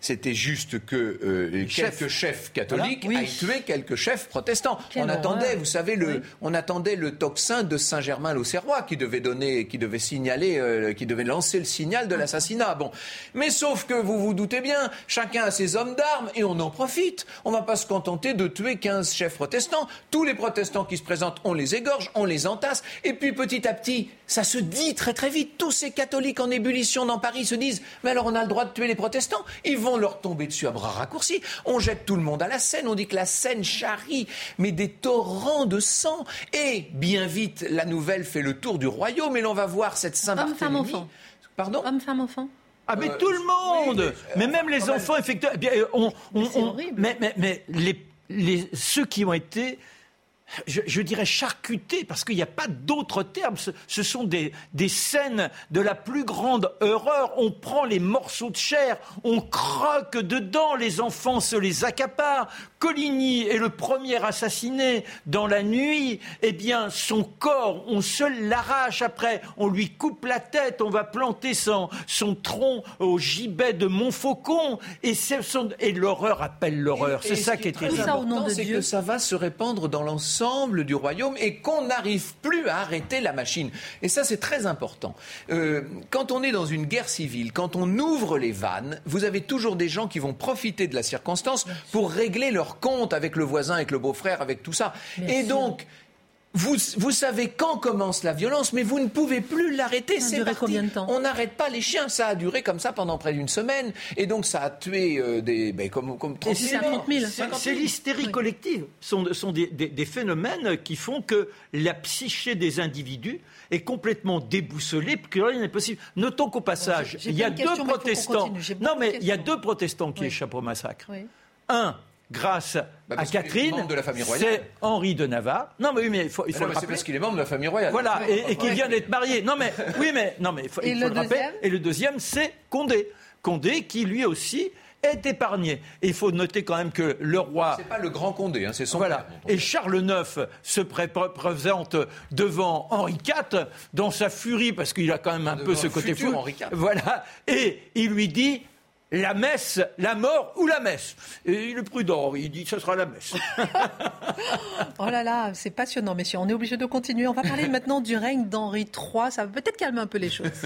c'était juste que euh, quelques chefs catholiques voilà. oui. aient tué quelques chefs protestants. Quelle on attendait, horreur. vous savez, le, oui. on attendait le tocsin de Saint-Germain-l'Auxerrois qui devait donner, qui devait signaler, euh, qui devait lancer le signal de l'assassinat. Bon, mais sauf que vous vous doutez bien, chacun a ses hommes d'armes et on en profite. On ne va pas se contenter de tuer quinze chefs protestants. Tous les protestants qui se présentent, on les égorge, on les entasse. Et puis petit à petit, ça se dit très très vite. Tous ces catholiques en ébullition dans Paris se disent « Mais alors on a le droit de tuer les protestants ?» Ils vont leur tomber dessus à bras raccourcis. On jette tout le monde à la Seine. On dit que la Seine charrie, mais des torrents de sang. Et bien vite, la nouvelle fait le tour du royaume et l'on va voir cette Saint-Barthélemy. Homme, femme, enfant. Pardon ? Homme, femme, enfant. Ah mais euh, tout le monde, oui, mais, mais même les enfants, effectivement. Eh bien, on, on, mais c'est on, horrible. Mais, mais, mais les, les, ceux qui ont été, je, je dirais charcutés, parce qu'il n'y a pas d'autre terme. Ce, ce sont des, des scènes de la plus grande horreur. On prend les morceaux de chair, on croque dedans, les enfants se les accaparent. Coligny est le premier assassiné dans la nuit. Eh bien, son corps, on se l'arrache après. On lui coupe la tête. On va planter son, son tronc au gibet de Montfaucon. Et, c'est son, et l'horreur appelle l'horreur. C'est ça qui est très terrible. important, c'est que ça va se répandre dans l'ensemble du royaume et qu'on n'arrive plus à arrêter la machine. Et ça, c'est très important. Euh, quand on est dans une guerre civile, quand on ouvre les vannes, vous avez toujours des gens qui vont profiter de la circonstance pour régler leur compte avec le voisin, avec le beau-frère, avec tout ça. Bien et sûr. Donc, vous, vous savez quand commence la violence, mais vous ne pouvez plus l'arrêter. Ça a c'est duré parti. Combien de temps ? On n'arrête pas les chiens. Ça a duré comme ça pendant près d'une semaine. Et donc, ça a tué euh, des, ben, comme, comme trente mille. C'est, c'est l'hystérie oui. collective. Ce sont, sont des, des, des phénomènes qui font que la psyché des individus est complètement déboussolée, que rien n'est possible. Notons qu'au passage, j'ai, j'ai il y a deux question, protestants. Mais non, mais il y a deux protestants qui oui. échappent au massacre. Oui. Un. Grâce bah à Catherine, de la famille royale. C'est Henri de Navarre. Non, mais oui, mais il faut, il faut non, le mais rappeler. C'est parce qu'il est membre de la famille royale. Voilà, et, et qu'il vient d'être marié. Non, mais oui, mais non, mais il faut, il faut le, le rappeler. Et le deuxième, c'est Condé. Condé, qui lui aussi est épargné. Et il faut noter quand même que le roi... C'est pas le grand Condé, hein, c'est son voilà. père. Et Charles neuf se pré- présente devant Henri quatre dans sa furie, parce qu'il a quand même un devant peu ce côté fou. Henri quatre. Voilà. Et il lui dit... La messe, la mort ou la messe. Et il est prudent, il dit que ce sera la messe. Oh là là, c'est passionnant, messieurs. On est obligé de continuer. On va parler maintenant du règne d'Henri trois. Ça va peut-être calmer un peu les choses.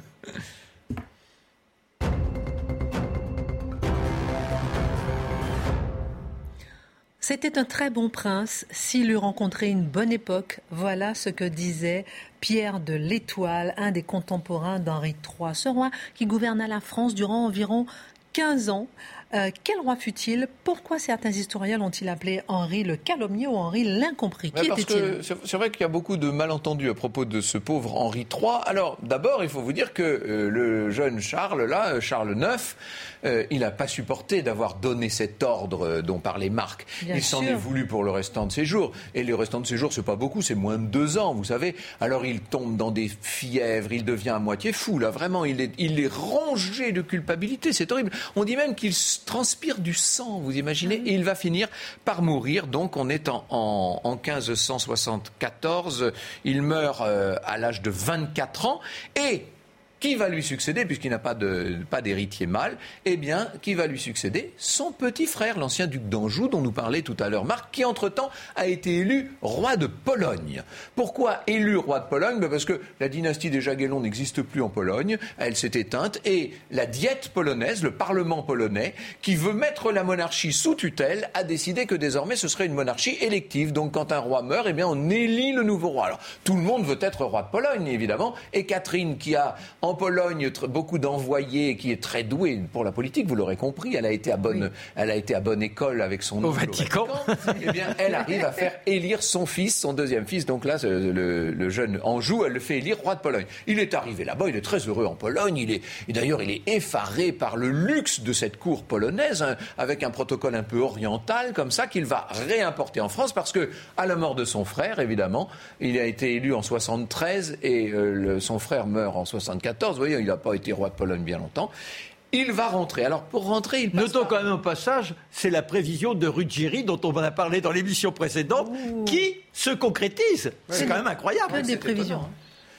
C'était un très bon prince, s'il eût rencontré une bonne époque. Voilà ce que disait Pierre de l'Étoile, un des contemporains d'Henri trois. Ce roi qui gouverna la France durant environ quinze ans. Euh, quel roi fut-il ? Pourquoi certains historiens l'ont-ils appelé Henri le calomnier ou Henri l'incompris ? Qui parce était-il ? que c'est vrai qu'il y a beaucoup de malentendus à propos de ce pauvre Henri trois. Alors, d'abord, il faut vous dire que euh, le jeune Charles, là, Charles neuf, euh, il n'a pas supporté d'avoir donné cet ordre euh, dont parlait Marc. Bien il sûr. S'en est voulu pour le restant de ses jours. Et le restant de ses jours, c'est pas beaucoup, c'est moins de deux ans, vous savez. Alors, il tombe dans des fièvres, il devient à moitié fou, là. Vraiment, il est, il est rongé de culpabilité, c'est horrible. On dit même qu'il transpire du sang, vous imaginez, et il va finir par mourir. Donc on est en, en, en quinze cent soixante-quatorze, il meurt euh, à l'âge de vingt-quatre ans, et qui va lui succéder, puisqu'il n'a pas, de, pas d'héritier mâle, eh bien, qui va lui succéder ? Son petit frère, l'ancien duc d'Anjou, dont nous parlait tout à l'heure Marc, qui entre-temps a été élu roi de Pologne. Pourquoi élu roi de Pologne ? Ben parce que la dynastie des Jagellons n'existe plus en Pologne, elle s'est éteinte, et la diète polonaise, le parlement polonais, qui veut mettre la monarchie sous tutelle, a décidé que désormais ce serait une monarchie élective. Donc quand un roi meurt, eh bien, on élit le nouveau roi. Alors, tout le monde veut être roi de Pologne, évidemment, et Catherine, qui a en Pologne beaucoup d'envoyés, qui est très douée pour la politique, vous l'aurez compris, elle a été à bonne, oui. elle a été à bonne école avec son au Vatican. Au Vatican. Eh bien, elle arrive à faire élire son fils, son deuxième fils. Donc là, le, le jeune Anjou, elle le fait élire roi de Pologne. Il est arrivé là-bas, il est très heureux en Pologne. Il est, et d'ailleurs, il est effaré par le luxe de cette cour polonaise, hein, avec un protocole un peu oriental, comme ça, qu'il va réimporter en France, parce que, à la mort de son frère, évidemment, il a été élu en soixante-treize et euh, le, son frère meurt en soixante-quatorze. Vous voyez, il n'a pas été roi de Pologne bien longtemps. Il va rentrer. Alors, pour rentrer, il passe Notons par... quand même au passage, c'est la prévision de Ruggieri, dont on en a parlé dans l'émission précédente, Ouh. qui se concrétise. Ouais. C'est quand même incroyable. Des prévisions.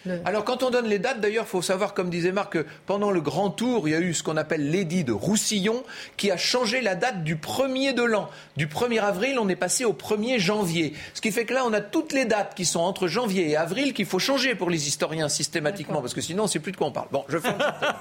Le... Alors, quand on donne les dates, d'ailleurs, il faut savoir, comme disait Marc, que pendant le Grand Tour, il y a eu ce qu'on appelle l'édit de Roussillon, qui a changé la date du premier de l'an. Du premier avril, on est passé au premier janvier. Ce qui fait que là, on a toutes les dates qui sont entre janvier et avril qu'il faut changer pour les historiens systématiquement, D'accord. parce que sinon, on ne sait plus de quoi on parle. Bon, je ferme.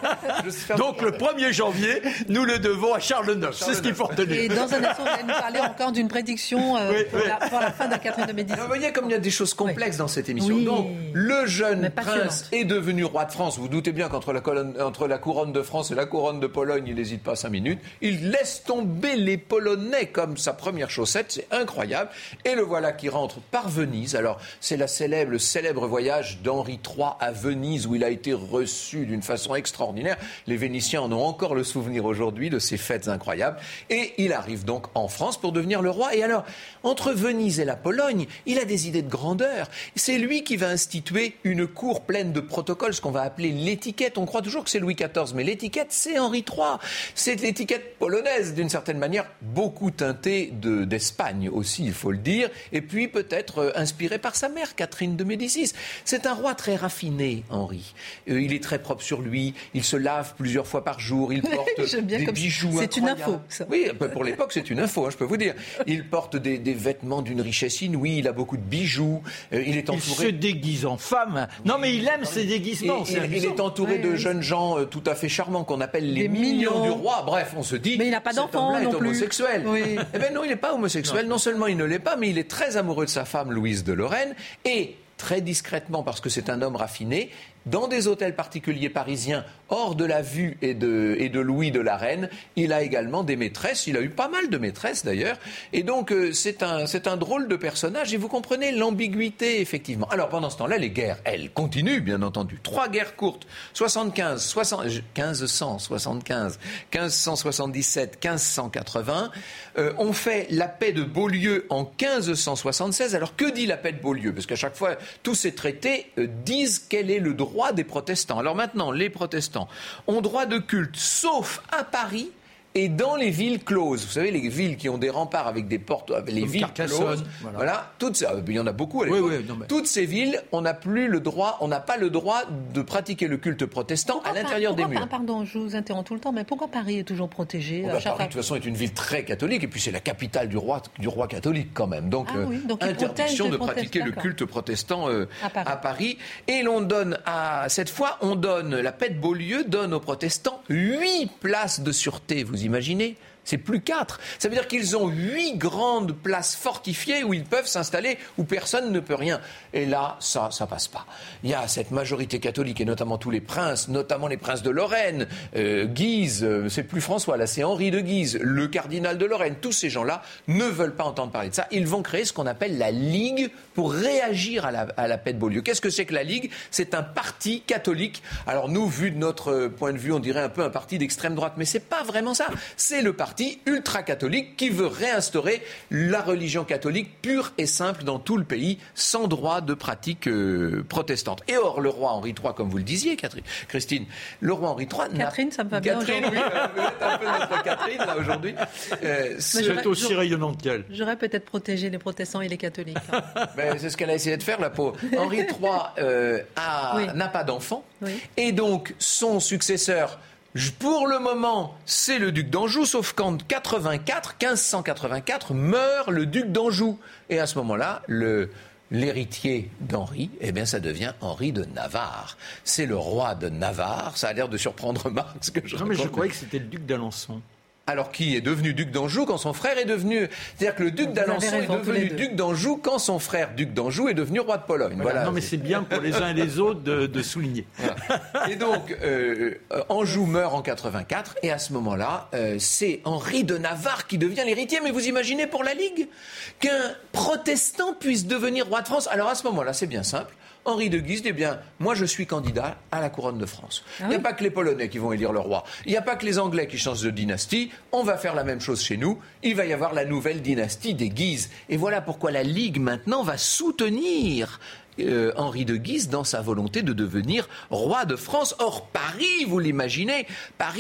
je ferme Donc, le premier janvier, nous le devons à Charles neuf. C'est ce qu'il faut retenir. Et dans un instant, vous allez nous parler encore d'une prédiction euh, oui, pour, oui. La, pour la fin de Catherine de Médicis. Vous voyez comme il y a des choses complexes oui. dans cette émission. Oui. Donc, le jeune prince est devenu roi de France. Vous, vous doutez bien qu'entre la, colonne, entre la couronne de France et la couronne de Pologne, il n'hésite pas cinq minutes. Il laisse tomber les Polonais comme sa première chaussette. C'est incroyable. Et le voilà qui rentre par Venise. Alors, c'est la célèbre, le célèbre voyage d'Henri trois à Venise où il a été reçu d'une façon extraordinaire. Les Vénitiens en ont encore le souvenir aujourd'hui de ces fêtes incroyables. Et il arrive donc en France pour devenir le roi. Et alors, entre Venise et la Pologne, il a des idées de grandeur. C'est lui qui va instituer une cour pleine de protocoles, ce qu'on va appeler l'étiquette. On croit toujours que c'est Louis quatorze, mais l'étiquette, c'est Henri trois. C'est l'étiquette polonaise, d'une certaine manière, beaucoup teintée de, d'Espagne aussi, il faut le dire, et puis peut-être euh, inspirée par sa mère, Catherine de Médicis. C'est un roi très raffiné, Henri. Euh, il est très propre sur lui, il se lave plusieurs fois par jour, il porte des bijoux c'est incroyables. Une info, ça. Oui, pour l'époque, c'est une info, hein, je peux vous dire. Il porte des, des vêtements d'une richesse inouïe, il a beaucoup de bijoux, euh, il est entouré... Il se déguise en femme. Non, mais il aime ses déguisements. Et, il, il est entouré ouais, de oui. jeunes gens euh, tout à fait charmants qu'on appelle les mignons du roi. Bref, on se dit... Mais il n'a pas d'enfant non est plus. homosexuel. Oui. Eh bien non, il n'est pas homosexuel. Non. non seulement il ne l'est pas, mais il est très amoureux de sa femme Louise de Lorraine. Et très discrètement, parce que c'est un homme raffiné, dans des hôtels particuliers parisiens, hors de la vue et de, et de Louis de la Reine, il a également des maîtresses. Il a eu pas mal de maîtresses d'ailleurs. Et donc euh, c'est un, c'est un drôle de personnage. Et vous comprenez l'ambiguïté, effectivement. Alors pendant ce temps-là, les guerres, elles, continuent, bien entendu. Trois guerres courtes. soixante-quinze, soixante, quinze cent soixante-quinze, quinze cent soixante-dix-sept, quinze cent quatre-vingts. Euh, on fait la paix de Beaulieu en quinze cent soixante-seize. Alors que dit la paix de Beaulieu ? Parce qu'à chaque fois, tous ces traités euh, disent quel est le droit droit des protestants. Alors maintenant, les protestants ont droit de culte, sauf à Paris et dans les villes closes. Vous savez, les villes qui ont des remparts avec des portes, les Comme villes closes. Voilà. voilà toutes, il y en a beaucoup à l'époque. Oui, oui, non, mais... Toutes ces villes, on n'a plus le droit, on n'a pas le droit de pratiquer le culte protestant pourquoi à l'intérieur par, des murs. Pardon, je vous interromps tout le temps, mais pourquoi Paris est toujours protégé? oh, bah, Paris, de toute façon, est une ville très catholique, et puis c'est la capitale du roi, du roi catholique quand même. Donc, ah, euh, oui, donc interdiction de pratiquer le culte protestant euh, à, Paris. à Paris. Et l'on donne à cette fois, on donne la paix de Beaulieu donne aux protestants huit places de sûreté. Vous imaginez? C'est plus quatre. Ça veut dire qu'ils ont huit grandes places fortifiées où ils peuvent s'installer, où personne ne peut rien. Et là, ça, ça passe pas. Il y a cette majorité catholique, et notamment tous les princes, notamment les princes de Lorraine, euh, Guise, euh, c'est plus François, là c'est Henri de Guise, le cardinal de Lorraine. Tous ces gens-là ne veulent pas entendre parler de ça. Ils vont créer ce qu'on appelle la Ligue pour réagir à la, à la paix de Beaulieu. Qu'est-ce que c'est que la Ligue ? C'est un parti catholique. Alors nous, vu de notre point de vue, on dirait un peu un parti d'extrême droite, mais c'est pas vraiment ça. C'est le parti ultra-catholique qui veut réinstaurer la religion catholique pure et simple dans tout le pays, sans droit de pratique euh, protestante. Et or, le roi Henri trois, comme vous le disiez, Catherine, Christine, le roi Henri trois... Catherine, ça me va bien Catherine, aujourd'hui. Oui, vous êtes un peu notre Catherine, là, aujourd'hui. Euh, c'est aussi rayonnante qu'elle. J'aurais peut-être protégé les protestants et les catholiques. Hein. Ben, c'est ce qu'elle a essayé de faire, la pauvre. Henri trois euh, a, oui. n'a pas d'enfant, oui. et donc son successeur... Pour le moment, c'est le duc d'Anjou, sauf qu'en quatre-vingt-quatre, quinze cent quatre-vingt-quatre, meurt le duc d'Anjou. Et à ce moment-là, le, l'héritier d'Henri, eh bien, ça devient Henri de Navarre. C'est le roi de Navarre. Ça a l'air de surprendre Marc, ce que je Non, mais je croyais que c'était le duc d'Alençon. Alors, qui est devenu duc d'Anjou quand son frère est devenu... C'est-à-dire que le duc d'Alençon est devenu duc d'Anjou quand son frère, duc d'Anjou, est devenu roi de Pologne. Voilà. Voilà. Non, mais c'est bien pour les uns et les autres de, de souligner. Voilà. Et donc, euh, Anjou meurt en quatre-vingt-quatre, et à ce moment-là, euh, c'est Henri de Navarre qui devient l'héritier. Mais vous imaginez pour la Ligue qu'un protestant puisse devenir roi de France? Alors, à ce moment-là, c'est bien simple. Henri de Guise dit bien, moi je suis candidat à la couronne de France. Ah oui. Il n'y a pas que les Polonais qui vont élire le roi. Il n'y a pas que les Anglais qui changent de dynastie. On va faire la même chose chez nous. Il va y avoir la nouvelle dynastie des Guises. Et voilà pourquoi la Ligue maintenant va soutenir Euh, Henri de Guise dans sa volonté de devenir roi de France. Or, Paris, vous l'imaginez, Paris est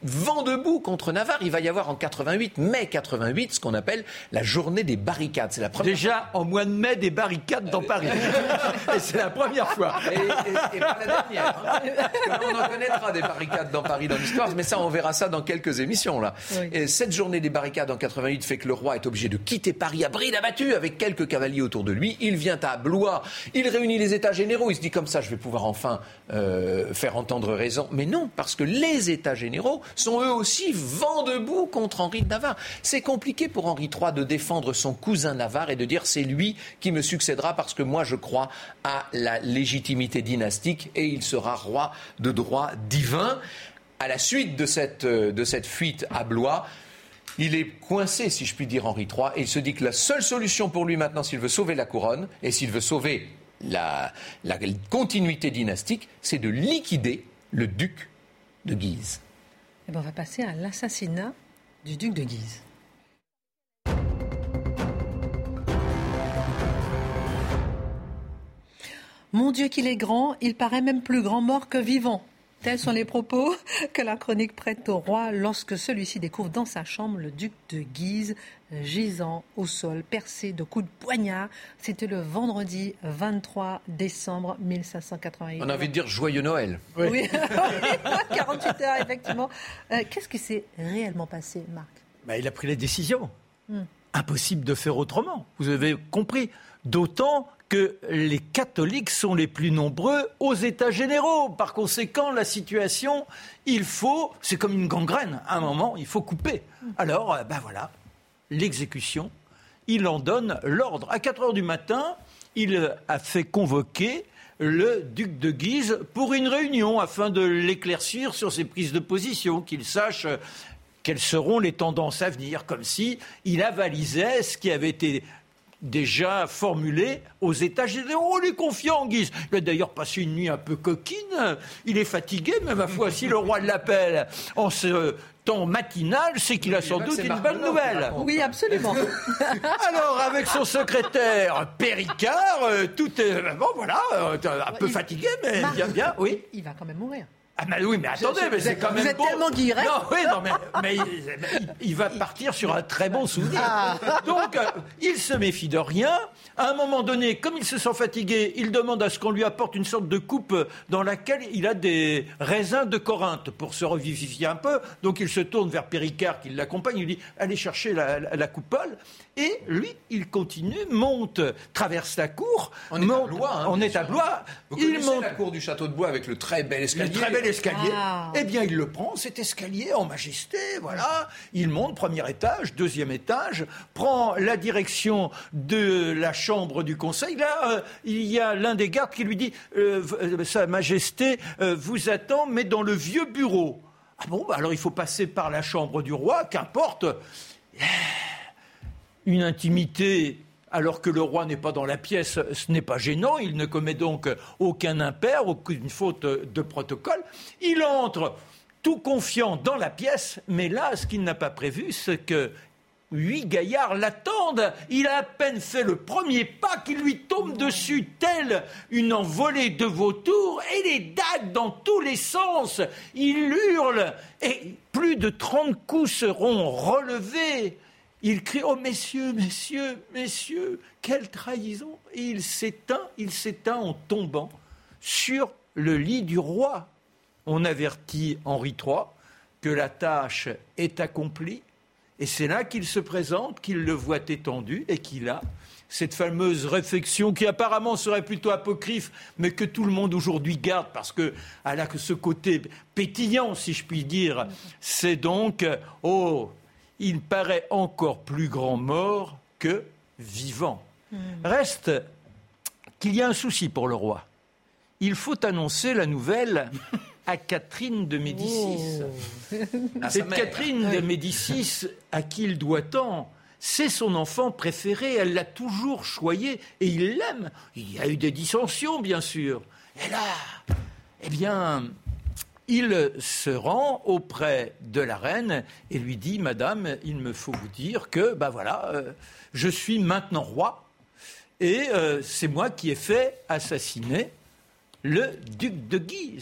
vent debout contre Navarre. Il va y avoir en quatre-vingt-huit, mai quatre-vingt-huit, ce qu'on appelle la journée des barricades. C'est la première Déjà, fois. En mois de mai, des barricades dans Paris. Et c'est la première fois. Et, et, et pas la dernière. Hein. Parce que là, on en connaîtra des barricades dans Paris dans l'histoire, mais ça, on verra ça dans quelques émissions. Là. Oui. Et cette journée des barricades en quatre-vingt-huit fait que le roi est obligé de quitter Paris à bride abattue avec quelques cavaliers autour de lui. Il vient à Blois, il réunit les États généraux. Il se dit comme ça, je vais pouvoir enfin euh, faire entendre raison. Mais non, parce que les États généraux sont eux aussi vent debout contre Henri de Navarre. C'est compliqué pour Henri trois de défendre son cousin Navarre et de dire c'est lui qui me succédera parce que moi je crois à la légitimité dynastique et il sera roi de droit divin. À la suite de cette, de cette fuite à Blois, il est coincé, si je puis dire, Henri trois, et il se dit que la seule solution pour lui maintenant, s'il veut sauver la couronne et s'il veut sauver la, la continuité dynastique, c'est de liquider le duc de Guise. Et ben on va passer à l'assassinat du duc de Guise. Mon Dieu qu'il est grand, il paraît même plus grand mort que vivant. Tels sont les propos que la chronique prête au roi lorsque celui-ci découvre dans sa chambre le duc de Guise gisant au sol, percé de coups de poignard. C'était le vendredi vingt-trois décembre mille cinq cent quatre-vingt-huit. On a envie de dire joyeux Noël. Oui, oui. quarante-huit heures effectivement. Euh, qu'est-ce qui s'est réellement passé, Marc ? Ben, il a pris la décision. Hmm. Impossible de faire autrement. Vous avez compris. D'autant que les catholiques sont les plus nombreux aux États généraux. Par conséquent, la situation, il faut, c'est comme une gangrène, à un moment, il faut couper. Alors, ben voilà, l'exécution, il en donne l'ordre. À quatre heures du matin, il a fait convoquer le duc de Guise pour une réunion afin de l'éclaircir sur ses prises de position, qu'il sache quelles seront les tendances à venir, comme si il avalisait ce qui avait été déjà formulé aux États généraux. On est confiant en Guise. Il a d'ailleurs passé une nuit un peu coquine. Il est fatigué, mais ma foi, si le roi l'appelle en ce temps matinal, c'est qu'il a sans doute une bonne nouvelle. Oui, absolument. Alors, avec son secrétaire Péricard, euh, tout est... Bon, voilà, euh, un peu il... fatigué, mais Marc, bien, bien, oui. Il va quand même mourir. Ah ben oui, mais attendez, je, je, mais c'est quand même vous êtes bon. tellement guiré. Non, oui, non, mais, mais il, il, il va partir sur un très bon souvenir. Ah. Donc, euh, il se méfie de rien. À un moment donné, comme il se sent fatigué, il demande à ce qu'on lui apporte une sorte de coupe dans laquelle il a des raisins de Corinthe pour se revivifier un peu. Donc, il se tourne vers Péricard qui l'accompagne. Il lui dit « Allez chercher la, la, la coupole ». Et lui, il continue, monte, traverse la cour. On monte, est à Blois. Hein, on est à Blois. Vous il connaissez monte la cour du château de Blois avec le très bel escalier. Le très bel escalier. Ah. Eh bien, il le prend, cet escalier, en majesté, voilà. Il monte, premier étage, deuxième étage, prend la direction de la chambre du conseil. Là, euh, il y a l'un des gardes qui lui dit euh, « Sa Majesté euh, vous attend, mais dans le vieux bureau. » Ah bon, bah alors il faut passer par la chambre du roi, qu'importe. Une intimité, alors que le roi n'est pas dans la pièce, ce n'est pas gênant. Il ne commet donc aucun impair, aucune faute de protocole. Il entre tout confiant dans la pièce, mais là, ce qu'il n'a pas prévu, c'est que huit gaillards l'attendent. Il a à peine fait le premier pas qu'il lui tombe dessus, telle une envolée de vautours, et les dagues dans tous les sens. Il hurle, et plus de trente coups seront relevés. Il crie « Oh, messieurs, messieurs, messieurs, quelle trahison !» Et il s'éteint, il s'éteint en tombant sur le lit du roi. On avertit Henri trois que la tâche est accomplie. Et c'est là qu'il se présente, qu'il le voit étendu et qu'il a cette fameuse réflexion qui apparemment serait plutôt apocryphe, mais que tout le monde aujourd'hui garde parce qu'elle a ce côté pétillant, si je puis dire. C'est donc « Oh !» il paraît encore plus grand mort que vivant. Mmh. Reste qu'il y a un souci pour le roi. Il faut annoncer la nouvelle à Catherine de Médicis. Oh. Cette Catherine de Médicis, à qui il doit tant, c'est son enfant préféré, elle l'a toujours choyé et il l'aime. Il y a eu des dissensions, bien sûr. Et là, eh bien... il se rend auprès de la reine et lui dit « Madame, il me faut vous dire que, ben voilà, euh, je suis maintenant roi et euh, c'est moi qui ai fait assassiner le duc de Guise. »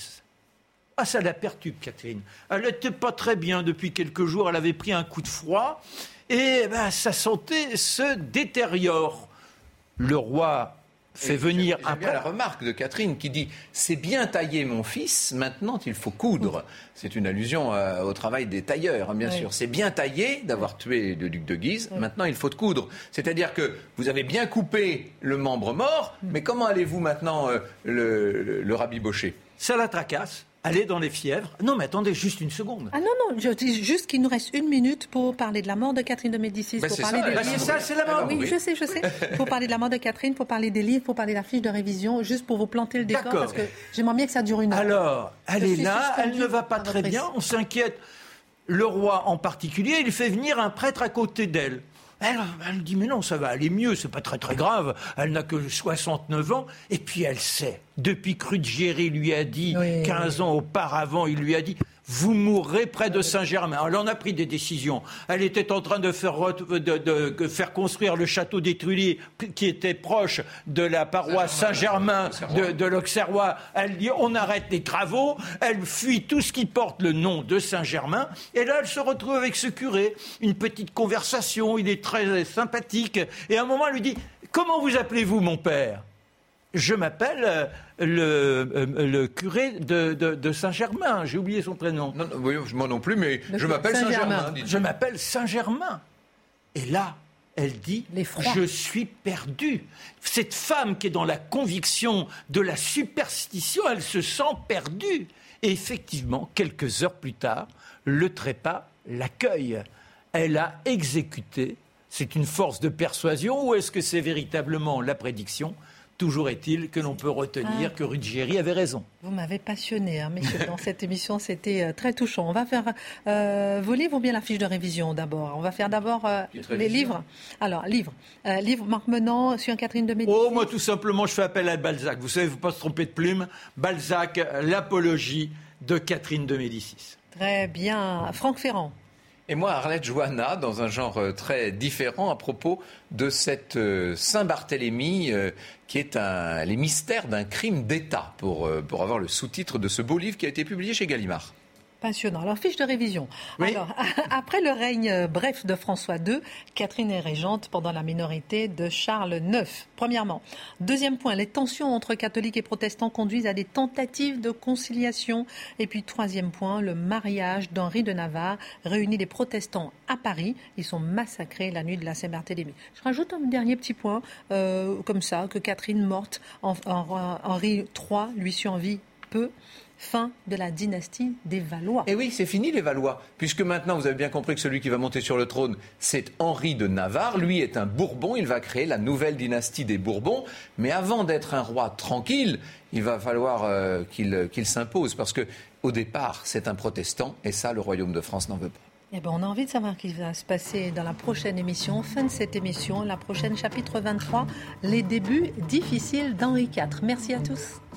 Ah, ça la perturbe, Catherine. Elle n'était pas très bien depuis quelques jours. Elle avait pris un coup de froid et ben, sa santé se détériore. Le roi fait et venir j'aime, j'aime un bien la remarque de Catherine qui dit « C'est bien taillé, mon fils, maintenant il faut coudre ». C'est une allusion euh, au travail des tailleurs, hein, bien oui. sûr. C'est bien taillé d'avoir tué le duc de Guise, oui. maintenant il faut coudre. C'est-à-dire que vous avez bien coupé le membre mort, mm. mais comment allez-vous maintenant euh, le, le, le rabibocher ? Ça la tracasse. Aller dans les fièvres. Non, mais attendez, juste une seconde. Ah non, non, je dis juste qu'il nous reste une minute pour parler de la mort de Catherine de Médicis. Ben pour c'est parler ça, des ben c'est ça, c'est la mort. Oui, oui, je sais, je sais. Pour parler de la mort de Catherine, pour parler des livres, pour parler de la fiche de révision, juste pour vous planter le décor, D'accord. parce que j'aimerais bien que ça dure une heure. Alors, elle est là, elle ne va pas très bien, on s'inquiète. Le roi en particulier, il fait venir un prêtre à côté d'elle. Elle, elle dit, mais non, ça va aller mieux, c'est pas très très grave. Elle n'a que soixante-neuf ans. Et puis elle sait, depuis que Ruggieri lui a dit, oui. quinze ans auparavant, il lui a dit, vous mourrez près de Saint-Germain. Elle en a pris des décisions. Elle était en train de faire, de, de, de faire construire le château d'Étrulier, qui était proche de la paroisse Saint-Germain, Saint-Germain de, de l'Auxerrois. Elle dit, on arrête les travaux. Elle fuit tout ce qui porte le nom de Saint-Germain. Et là, elle se retrouve avec ce curé. Une petite conversation, il est très sympathique. Et à un moment, elle lui dit, comment vous appelez-vous, mon père ? Je m'appelle euh, le, euh, le curé de, de, de Saint-Germain. J'ai oublié son prénom. Non, non, oui, moi non plus, mais le je m'appelle Saint-Germain. Saint-Germain je m'appelle Saint-Germain. Et là, elle dit, je suis perdue. Cette femme qui est dans la conviction de la superstition, elle se sent perdue. Et effectivement, quelques heures plus tard, le trépas l'accueille. Elle a exécuté. C'est une force de persuasion ou est-ce que c'est véritablement la prédiction ? Toujours est-il que l'on peut retenir ah. que Ruggieri avait raison. Vous m'avez passionné, hein, messieurs, dans cette émission, c'était euh, très touchant. On va faire euh, vos livres ou bien la fiche de révision d'abord ? On va faire d'abord euh, les livres. Alors, livres. Euh, livre Marc Menant sur Catherine de Médicis. Oh, moi, tout simplement, je fais appel à Balzac. Vous savez, il ne faut pas se tromper de plume. Balzac, l'apologie de Catherine de Médicis. Très bien. Franck Ferrand. Et moi, Arlette Johanna, dans un genre très différent à propos de cette Saint-Barthélemy euh, qui est un, les mystères d'un crime d'État, pour, euh, pour avoir le sous-titre de ce beau livre qui a été publié chez Gallimard. Passionnant. Alors, fiche de révision. Oui. Alors, après le règne bref de François deux, Catherine est régente pendant la minorité de Charles neuf. Premièrement. Deuxième point, les tensions entre catholiques et protestants conduisent à des tentatives de conciliation. Et puis, troisième point, le mariage d'Henri de Navarre réunit les protestants à Paris. Ils sont massacrés la nuit de la Saint-Barthélemy. Je rajoute un dernier petit point, euh, comme ça, que Catherine morte, en, en, Henri trois lui survit peu. Fin de la dynastie des Valois. Et oui, c'est fini les Valois, puisque maintenant vous avez bien compris que celui qui va monter sur le trône, c'est Henri de Navarre. Lui est un Bourbon, il va créer la nouvelle dynastie des Bourbons. Mais avant d'être un roi tranquille, il va falloir euh, qu'il, qu'il s'impose, parce que au départ, c'est un protestant, et ça, le royaume de France n'en veut pas. Eh ben, on a envie de savoir ce qui va se passer dans la prochaine émission. Fin de cette émission, la prochaine chapitre vingt-trois, les débuts difficiles d'Henri quatre. Merci à tous.